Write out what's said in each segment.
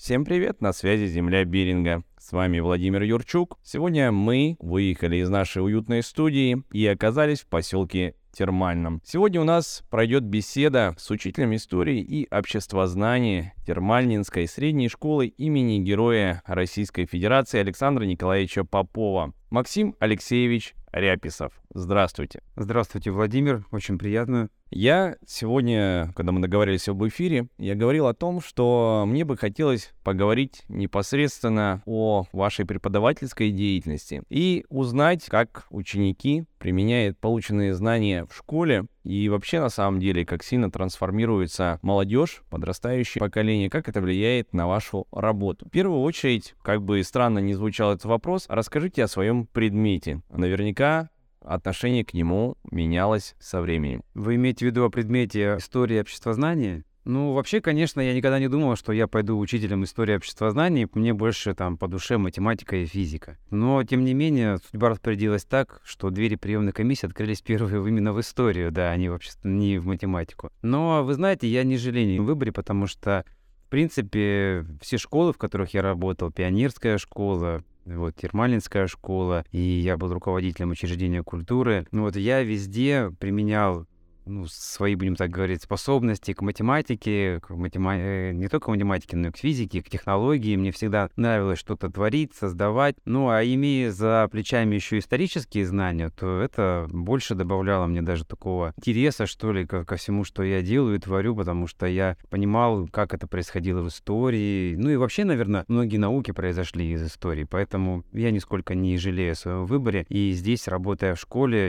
Всем привет, на связи Земля Беринга. С вами Владимир Юрчук. Сегодня мы выехали из нашей уютной студии и оказались в поселке Термальном. Сегодня у нас пройдет беседа с учителем истории и обществознания Термальнинской средней школы имени Героя Российской Федерации Александра Николаевича Попова. Максим Алексеевич Ряписов. Здравствуйте. Здравствуйте, Владимир. Очень приятно. Я сегодня, когда мы договорились об эфире, я говорил о том, что мне бы хотелось поговорить непосредственно о вашей преподавательской деятельности и узнать, как ученики применяют полученные знания в школе и вообще на самом деле, как сильно трансформируется молодежь, подрастающее поколение, как это влияет на вашу работу. В первую очередь, как бы странно ни звучал этот вопрос, расскажите о своем предмете. Наверняка отношение к нему менялось со временем. Вы имеете в виду о предмете истории обществознания? Вообще, конечно, я никогда не думал, что я пойду учителем истории обществознания, мне больше по душе математика и физика. Но, тем не менее, судьба распорядилась так, что двери приемной комиссии открылись первые именно в историю, а не в математику. Но, вы знаете, я не жалею в выборе, потому что, в принципе, все школы, в которых я работал, пионерская школа, Термальнинская школа, и я был руководителем учреждения культуры. Я везде применял свои, будем так говорить, способности к математике, не только к математике, но и к физике, к технологии. Мне всегда нравилось что-то творить, создавать. А имея за плечами еще исторические знания, то это больше добавляло мне даже такого интереса, что ли, ко всему, что я делаю и творю, потому что я понимал, как это происходило в истории. И вообще, наверное, многие науки произошли из истории, поэтому я нисколько не жалею о своем выборе. И здесь, работая в школе,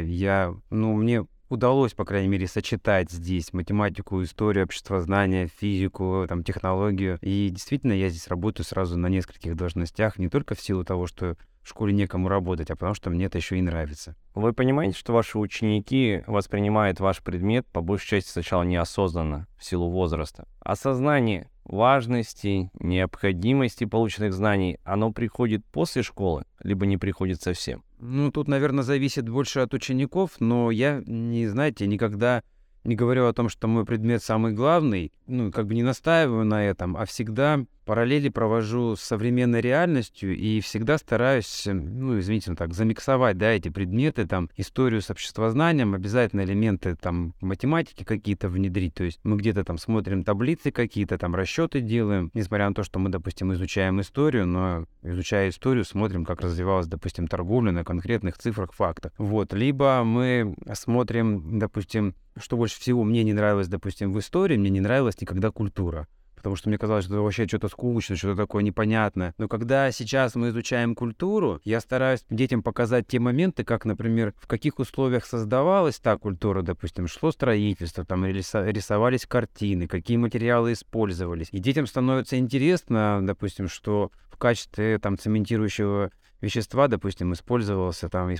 мне удалось, по крайней мере, сочетать здесь математику, историю, обществознание, физику, технологию. И действительно, я здесь работаю сразу на нескольких должностях, не только в силу того, что в школе некому работать, а потому что мне это еще и нравится. Вы понимаете, что ваши ученики воспринимают ваш предмет по большей части сначала неосознанно, в силу возраста. Осознание важности, необходимости полученных знаний, оно приходит после школы, либо не приходит совсем? Тут, наверное, зависит больше от учеников, но я, никогда не говорю о том, что мой предмет самый главный, не настаиваю на этом, а всегда параллели провожу с современной реальностью и всегда стараюсь, замиксовать, эти предметы, историю с обществознанием, обязательно элементы, математики какие-то внедрить, то есть мы где-то смотрим таблицы какие-то, расчеты делаем, несмотря на то, что мы, допустим, изучаем историю, но изучая историю, смотрим, как развивалась, допустим, торговля на конкретных цифрах, фактах. Либо мы смотрим, допустим, что больше всего мне не нравилось, допустим, в истории, мне не нравилась никогда культура. Потому что мне казалось, что это вообще что-то скучное, что-то такое непонятное. Но когда сейчас мы изучаем культуру, я стараюсь детям показать те моменты, как, например, в каких условиях создавалась та культура, допустим, шло строительство, рисовались картины, какие материалы использовались. И детям становится интересно, допустим, что в качестве цементирующего вещества, допустим, использовалось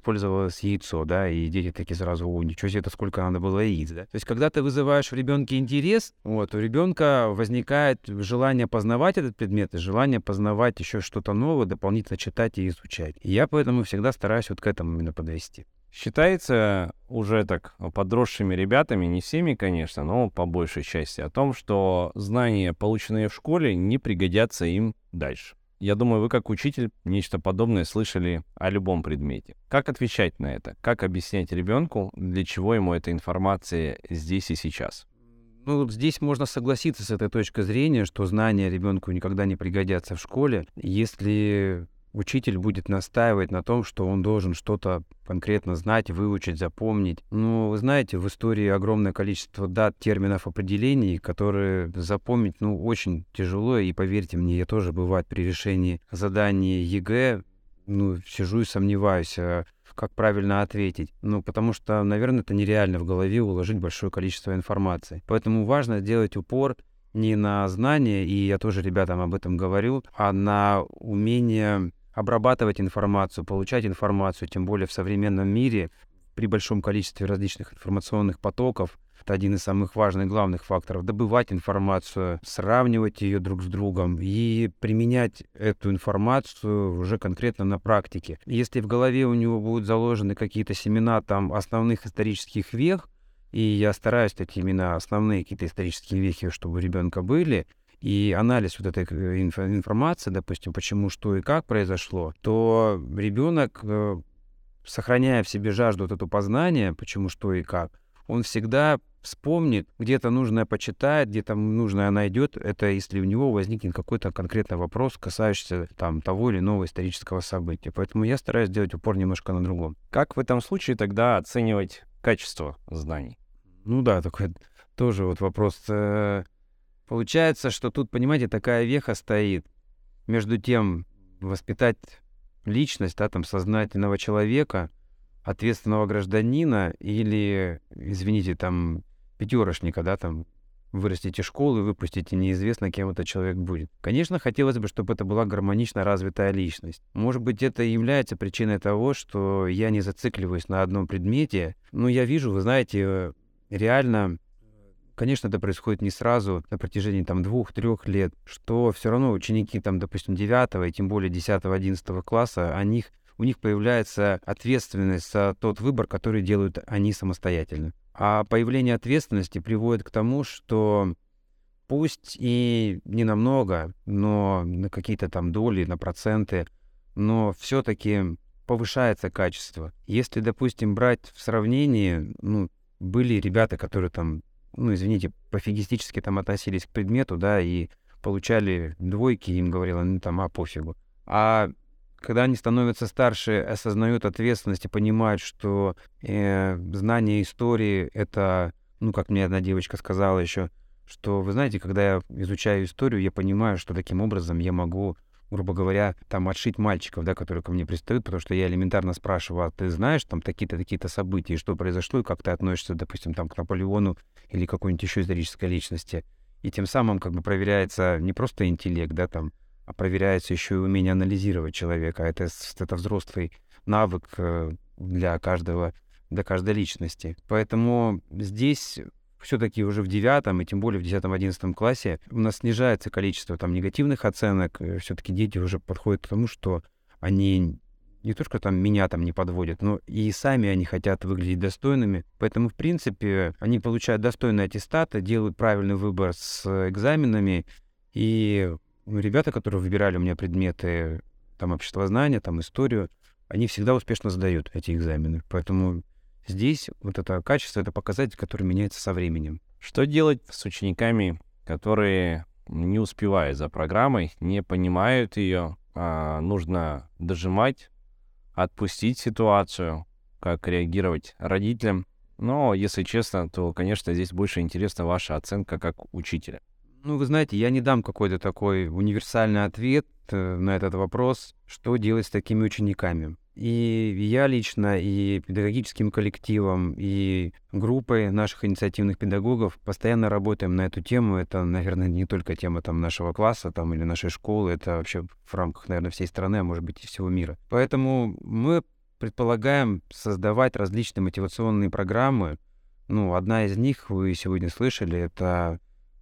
яйцо, и дети такие сразу: о, ничего себе, это сколько надо было яиц, То есть, когда ты вызываешь в ребенке интерес, у ребенка возникает желание познавать этот предмет и желание познавать еще что-то новое, дополнительно читать и изучать. И я поэтому всегда стараюсь к этому именно подвести. Считается уже подросшими ребятами, не всеми, конечно, но по большей части, о том, что знания, полученные в школе, не пригодятся им дальше. Я думаю, вы как учитель нечто подобное слышали о любом предмете. Как отвечать на это? Как объяснять ребенку, для чего ему эта информация здесь и сейчас? Здесь можно согласиться с этой точкой зрения, что знания ребенку никогда не пригодятся в школе, если учитель будет настаивать на том, что он должен что-то конкретно знать, выучить, запомнить. Вы знаете, в истории огромное количество дат, терминов, определений, которые запомнить, очень тяжело. И поверьте мне, я тоже, бывает, при решении заданий ЕГЭ, сижу и сомневаюсь, как правильно ответить. Потому что, наверное, это нереально в голове уложить большое количество информации. Поэтому важно сделать упор не на знания, и я тоже ребятам об этом говорю, а на умение обрабатывать информацию, получать информацию, тем более в современном мире, при большом количестве различных информационных потоков. Это один из самых важных, главных факторов. Добывать информацию, сравнивать ее друг с другом и применять эту информацию уже конкретно на практике. Если в голове у него будут заложены какие-то семена основных исторических вех, и я стараюсь именно основные какие-то исторические вехи, чтобы у ребенка были, и анализ вот этой информации, допустим, почему, что и как произошло, то ребенок, сохраняя в себе жажду вот эту познания, почему, что и как, он всегда вспомнит, где-то нужное почитает, где-то нужное найдет. Это если у него возникнет какой-то конкретный вопрос, касающийся там того или иного исторического события. Поэтому я стараюсь делать упор немножко на другом. Как в этом случае тогда оценивать качество знаний? Ну да, такой тоже вот вопрос. Получается, что тут, понимаете, такая веха стоит. Между тем, воспитать личность, да, там, сознательного человека, ответственного гражданина или, извините, там, пятерошника, да, там, вырастите школу и выпустите, неизвестно, кем этот человек будет. Конечно, хотелось бы, чтобы это была гармонично развитая личность. Может быть, это и является причиной того, что я не зацикливаюсь на одном предмете. Но я вижу, вы знаете, реально, конечно, это происходит не сразу, на протяжении там 2-3 лет, что все равно ученики, там, допустим, 9 и тем более 10-11 класса, у них появляется ответственность за тот выбор, который делают они самостоятельно. А появление ответственности приводит к тому, что пусть и не намного, но на какие-то там доли, на проценты, но все-таки повышается качество. Если, допустим, брать в сравнении, были ребята, которые там, извините, пофигистически там относились к предмету, да, и получали двойки, им говорило, пофигу. А когда они становятся старше, осознают ответственность и понимают, что знание истории — это, как мне одна девочка сказала еще, что, вы знаете, когда я изучаю историю, я понимаю, что таким образом я могу, грубо говоря, там отшить мальчиков, да, которые ко мне пристают, потому что я элементарно спрашиваю, а ты знаешь там такие-то события, и что произошло, и как ты относишься, допустим, там к Наполеону или какой-нибудь еще исторической личности. И тем самым как бы проверяется не просто интеллект, да, там, а проверяется еще и умение анализировать человека. Это взрослый навык для каждой личности. Поэтому здесь все-таки уже в 9 и тем более в 10-11 классе у нас снижается количество там негативных оценок. Все-таки дети уже подходят к тому, что они не только там меня там не подводят, но и сами они хотят выглядеть достойными. Поэтому, в принципе, они получают достойные аттестаты, делают правильный выбор с экзаменами, и ребята, которые выбирали у меня предметы, там, обществознание, там, историю, они всегда успешно сдают эти экзамены. Поэтому здесь вот это качество — это показатель, который меняется со временем. Что делать с учениками, которые не успевают за программой, не понимают ее, нужно дожимать, отпустить ситуацию, как реагировать родителям? Но, если честно, то, конечно, здесь больше интересна ваша оценка как учителя. Вы знаете, я не дам какой-то такой универсальный ответ на этот вопрос, что делать с такими учениками. И я лично, и педагогическим коллективом, и группой наших инициативных педагогов постоянно работаем на эту тему. Это, наверное, не только тема там нашего класса там, или нашей школы, это вообще в рамках, наверное, всей страны, а может быть и всего мира. Поэтому мы предполагаем создавать различные мотивационные программы. Одна из них, вы сегодня слышали, это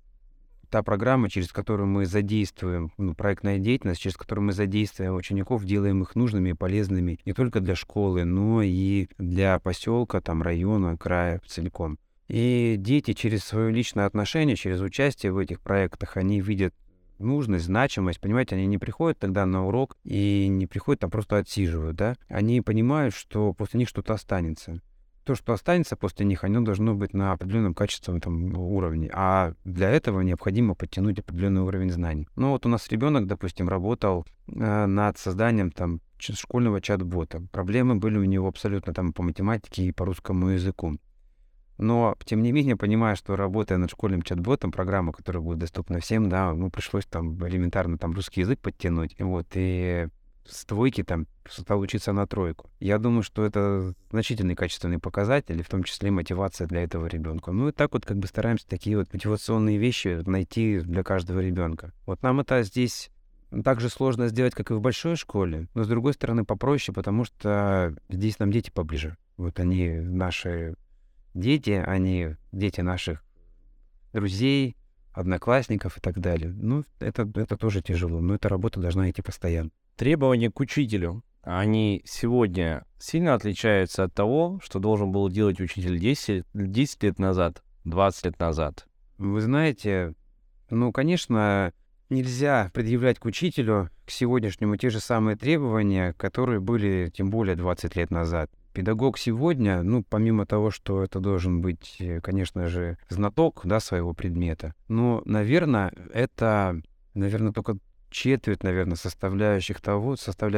та программа, через которую мы задействуем, проектная деятельность, через которую мы задействуем учеников, делаем их нужными и полезными не только для школы, но и для поселка, там, района, края целиком. И дети через свое личное отношение, через участие в этих проектах, они видят нужность, значимость, понимаете, они не приходят тогда на урок и не приходят там просто отсиживают, да, они понимают, что после них что-то останется. То, что останется после них, оно должно быть на определенном качественном там уровне. А для этого необходимо подтянуть определенный уровень знаний. У нас ребенок, допустим, работал над созданием там школьного чат-бота. Проблемы были у него абсолютно там по математике и по русскому языку. Но, тем не менее, понимая, что работая над школьным чат-ботом, программа, которая будет доступна всем, да, пришлось там элементарно там русский язык подтянуть. И с двойки там стал учиться на 3. Я думаю, что это значительный качественный показатель, и в том числе мотивация для этого ребенка. И так вот как бы стараемся такие вот мотивационные вещи найти для каждого ребенка. Нам это здесь так же сложно сделать, как и в большой школе, но с другой стороны попроще, потому что здесь нам дети поближе. Они наши дети, они дети наших друзей, одноклассников и так далее. Это тоже тяжело, но эта работа должна идти постоянно. Требования к учителю, они сегодня сильно отличаются от того, что должен был делать учитель 10 лет назад, 20 лет назад? Вы знаете, Ну, конечно, нельзя предъявлять к учителю к сегодняшнему те же самые требования, которые были тем более 20 лет назад. Педагог сегодня, ну, помимо того, что это должен быть, конечно же, знаток, да, своего предмета, но, наверное, это, только четверть, наверное, составляющих того,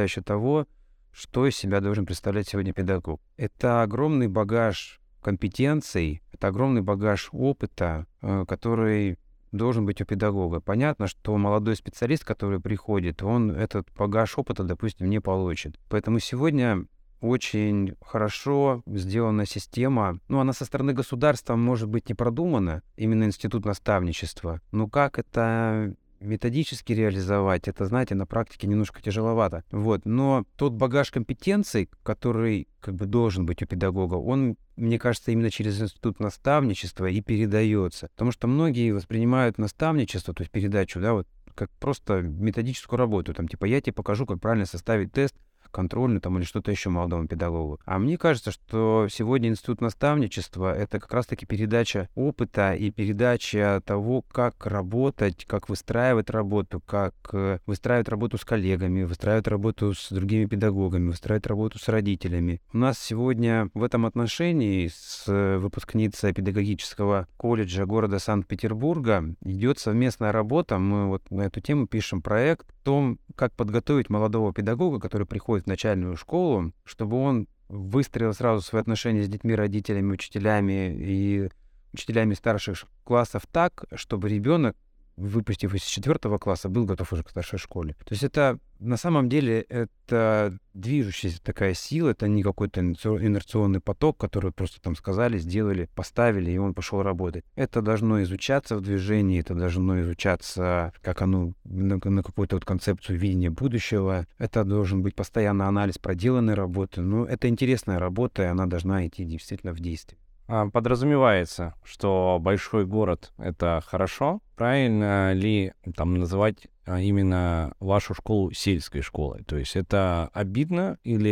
что из себя должен представлять сегодня педагог. Это огромный багаж компетенций, это огромный багаж опыта, который должен быть у педагога. Понятно, что молодой специалист, который приходит, он этот багаж опыта, допустим, не получит. Поэтому сегодня очень хорошо сделана система. Ну, она со стороны государства может быть не продумана, именно институт наставничества. Но как это методически реализовать, это, знаете, на практике немножко тяжеловато. Вот. Но тот багаж компетенций, который как бы должен быть у педагога, он, мне кажется, именно через институт наставничества и передается. Потому что многие воспринимают наставничество, то есть передачу, да, вот как просто методическую работу. Там, типа, я тебе покажу, как правильно составить тест контрольную там, или что-то еще молодому педагогу. А мне кажется, что сегодня институт наставничества — это как раз-таки передача опыта и передача того, как работать, как выстраивать работу, как выстраивать работу с коллегами, выстраивать работу с другими педагогами, выстраивать работу с родителями. У нас сегодня в этом отношении с выпускницей педагогического колледжа города Санкт-Петербурга идет совместная работа. Мы вот на эту тему пишем проект о том, как подготовить молодого педагога, который приходит в начальную школу, чтобы он выстроил сразу свои отношения с детьми, родителями, учителями и учителями старших классов так, чтобы ребенок, выпустив из 4 класса, был готов уже к старшей школе. То есть это на самом деле это движущаяся такая сила, это не какой-то инерционный поток, который просто там сказали, сделали, поставили, и он пошел работать. Это должно изучаться в движении, это должно изучаться, как оно на какую-то вот концепцию видения будущего. Это должен быть постоянный анализ проделанной работы. Но это интересная работа, и она должна идти действительно в действие. Подразумевается, что большой город — это хорошо. Правильно ли там называть именно вашу школу сельской школой? То есть это обидно или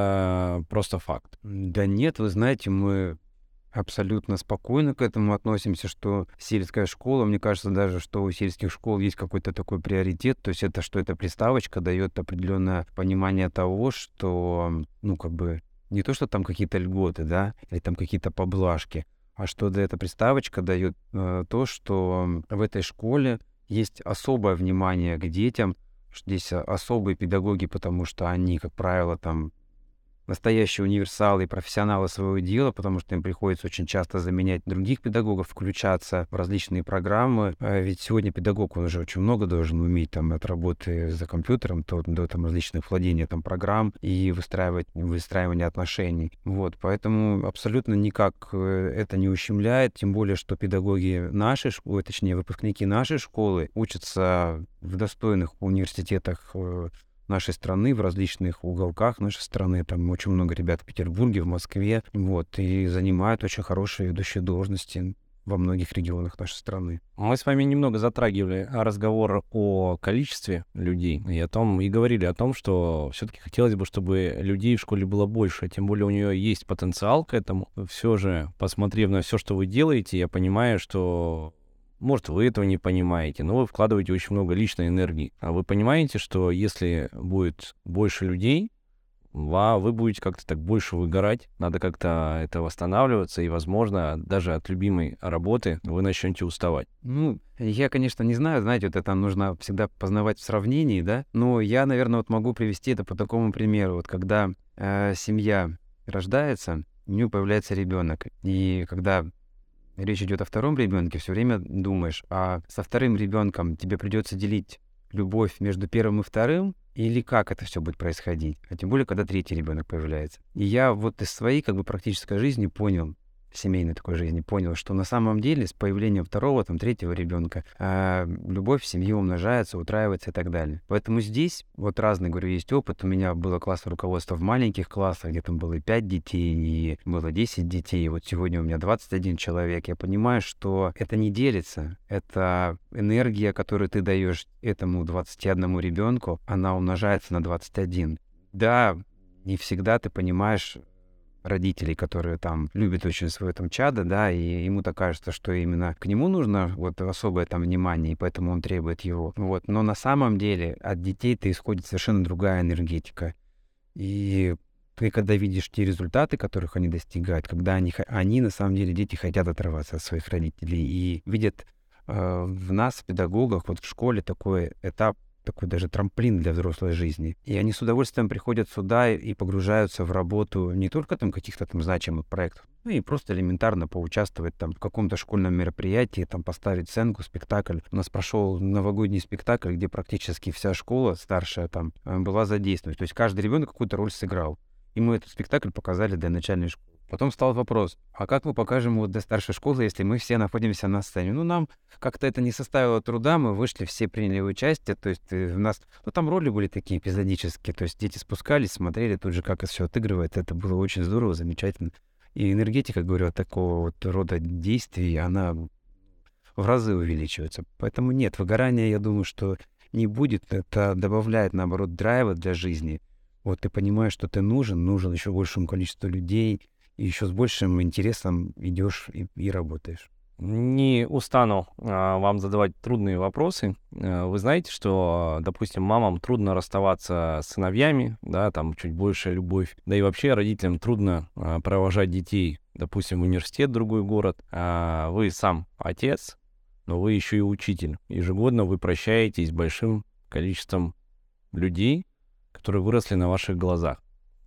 это просто факт? Да нет, вы знаете, мы абсолютно спокойно к этому относимся, что сельская школа, мне кажется даже, что у сельских школ есть какой-то такой приоритет, то есть это что эта приставочка дает определенное понимание того, что, ну, как бы, не то, что там какие-то льготы, да, или там какие-то поблажки, а что эта приставочка дает то, что в этой школе есть особое внимание к детям, что здесь особые педагоги, потому что они, как правило, там настоящие универсалы и профессионалы своего дела, потому что им приходится очень часто заменять других педагогов, включаться в различные программы. Ведь сегодня педагог, он уже очень много должен уметь там от работы за компьютером до там различных владения там программ и выстраивания отношений. Вот, поэтому абсолютно никак это не ущемляет, тем более, что педагоги нашей школы, точнее, выпускники нашей школы учатся в достойных университетах нашей страны, в различных уголках нашей страны. Там очень много ребят в Петербурге, в Москве, вот, и занимают очень хорошие ведущие должности во многих регионах нашей страны. Мы с вами немного затрагивали разговор о количестве людей и говорили о том, что все-таки хотелось бы, чтобы людей в школе было больше, тем более у нее есть потенциал к этому. Все же, посмотрев на все, что вы делаете, я понимаю, что может, вы этого не понимаете, но вы вкладываете очень много личной энергии. А вы понимаете, что если будет больше людей, вы будете как-то так больше выгорать, надо как-то это восстанавливаться, и, возможно, даже от любимой работы вы начнете уставать. Ну, я, конечно, не знаю, знаете, вот это нужно всегда познавать в сравнении, да, но я, наверное, вот могу привести это по такому примеру. Вот когда семья рождается, у нее появляется ребенок, и когда речь идет о втором ребенке, все время думаешь, а со вторым ребенком тебе придется делить любовь между первым и вторым, или как это все будет происходить? А тем более, когда третий ребенок появляется. И я вот из своей как бы практической жизни понял, семейной такой жизни, понял, что на самом деле с появлением второго, там, третьего ребенка любовь в семье умножается, утраивается и так далее. Поэтому здесь вот разный, говорю, есть опыт. У меня было классное руководство в маленьких классах, где там было и 5 детей, и было 10 детей. И вот сегодня у меня 21 человек. Я понимаю, что это не делится. Это энергия, которую ты даешь этому 21 ребенку, она умножается на 21. Да, не всегда ты понимаешь, родителей, которые там любят очень свое там чадо, да, и ему-то кажется, что именно к нему нужно вот особое там внимание, и поэтому он требует его. Вот. Но на самом деле от детей-то исходит совершенно другая энергетика. И ты когда видишь те результаты, которых они достигают, когда они на самом деле, дети хотят оторваться от своих родителей и видят в нас, педагогах, вот в школе такой этап, такой даже трамплин для взрослой жизни. И они с удовольствием приходят сюда и погружаются в работу не только там каких-то там значимых проектов, ну и просто элементарно поучаствовать там в каком-то школьном мероприятии, там поставить сценку, спектакль. У нас прошел новогодний спектакль, где практически вся школа старшая там была задействована. То есть каждый ребенок какую-то роль сыграл. И мы этот спектакль показали для начальной школы. Потом стал вопрос, а как мы покажем его для старшей школы, если мы все находимся на сцене? Ну, нам как-то это не составило труда, мы вышли, все приняли участие, то есть у нас, ну, там роли были такие эпизодические, то есть дети спускались, смотрели тут же, как это все отыгрывает, это было очень здорово, замечательно. И энергетика, говорю, такого вот рода действий, она в разы увеличивается. Поэтому нет, выгорания, я думаю, что не будет, это добавляет, наоборот, драйва для жизни. Вот ты понимаешь, что ты нужен еще большему количеству людей, и еще с большим интересом идешь и работаешь. Не устану вам задавать трудные вопросы. Вы знаете, что, допустим, мамам трудно расставаться с сыновьями, да, там чуть большая любовь. Да и вообще родителям трудно провожать детей, допустим, в университет, в другой город. Вы сам отец, но вы еще и учитель. Ежегодно вы прощаетесь с большим количеством людей, которые выросли на ваших глазах.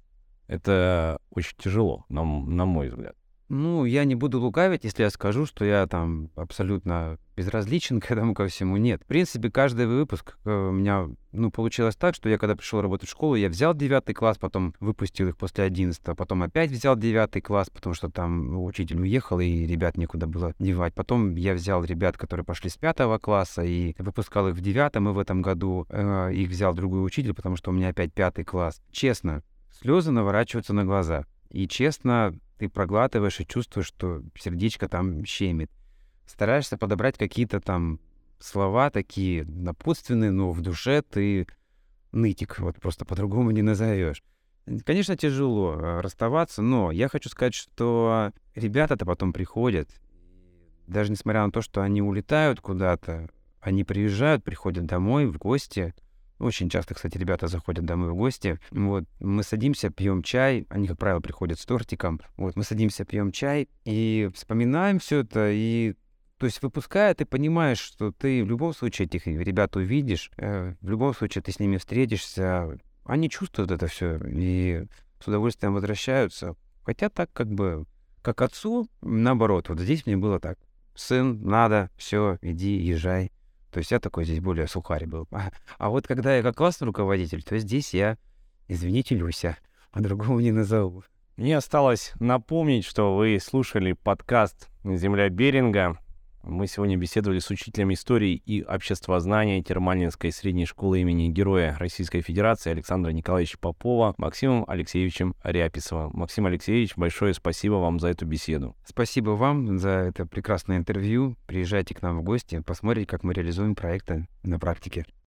Это очень тяжело, на мой взгляд. Ну, я не буду лукавить, если я скажу, что я там абсолютно безразличен к этому ко всему. Нет. В принципе, каждый выпуск у меня, получилось так, что я когда пришел работать в школу, я взял 9 класс, потом выпустил их после 11, потом опять взял 9 класс, потому что там учитель уехал, и ребят некуда было девать. Потом я взял ребят, которые пошли с 5 класса, и выпускал их в 9, и в этом году их взял другой учитель, потому что у меня опять 5 класс. Честно, слезы наворачиваются на глаза. И честно, ты проглатываешь и чувствуешь, что сердечко там щемит. Стараешься подобрать какие-то там слова такие напутственные, но в душе ты нытик, вот просто по-другому не назовешь. Конечно, тяжело расставаться, но я хочу сказать, что ребята-то потом приходят, даже несмотря на то, что они улетают куда-то, они приезжают, приходят домой в гости. Очень часто, кстати, ребята заходят домой в гости. Вот, мы садимся, пьем чай. Они, как правило, приходят с тортиком. Вот, мы садимся, пьем чай и вспоминаем все это. И, то есть, выпуская, ты понимаешь, что ты в любом случае этих ребят увидишь, в любом случае ты с ними встретишься. Они чувствуют это все и с удовольствием возвращаются. Хотя так как отцу, наоборот, вот здесь мне было так. Сын, надо, все, иди, езжай. То есть я такой здесь более сухарь был. А вот когда я как классный руководитель, то здесь я, извините, Люся, по-другому не назову. Мне осталось напомнить, что вы слушали подкаст «Земля Беринга». Мы сегодня беседовали с учителем истории и обществознания Термальнинской средней школы имени Героя Российской Федерации Александра Николаевича Попова Максимом Алексеевичем Ряписовым. Максим Алексеевич, большое спасибо вам за эту беседу. Спасибо вам за это прекрасное интервью. Приезжайте к нам в гости, посмотрите, как мы реализуем проекты на практике.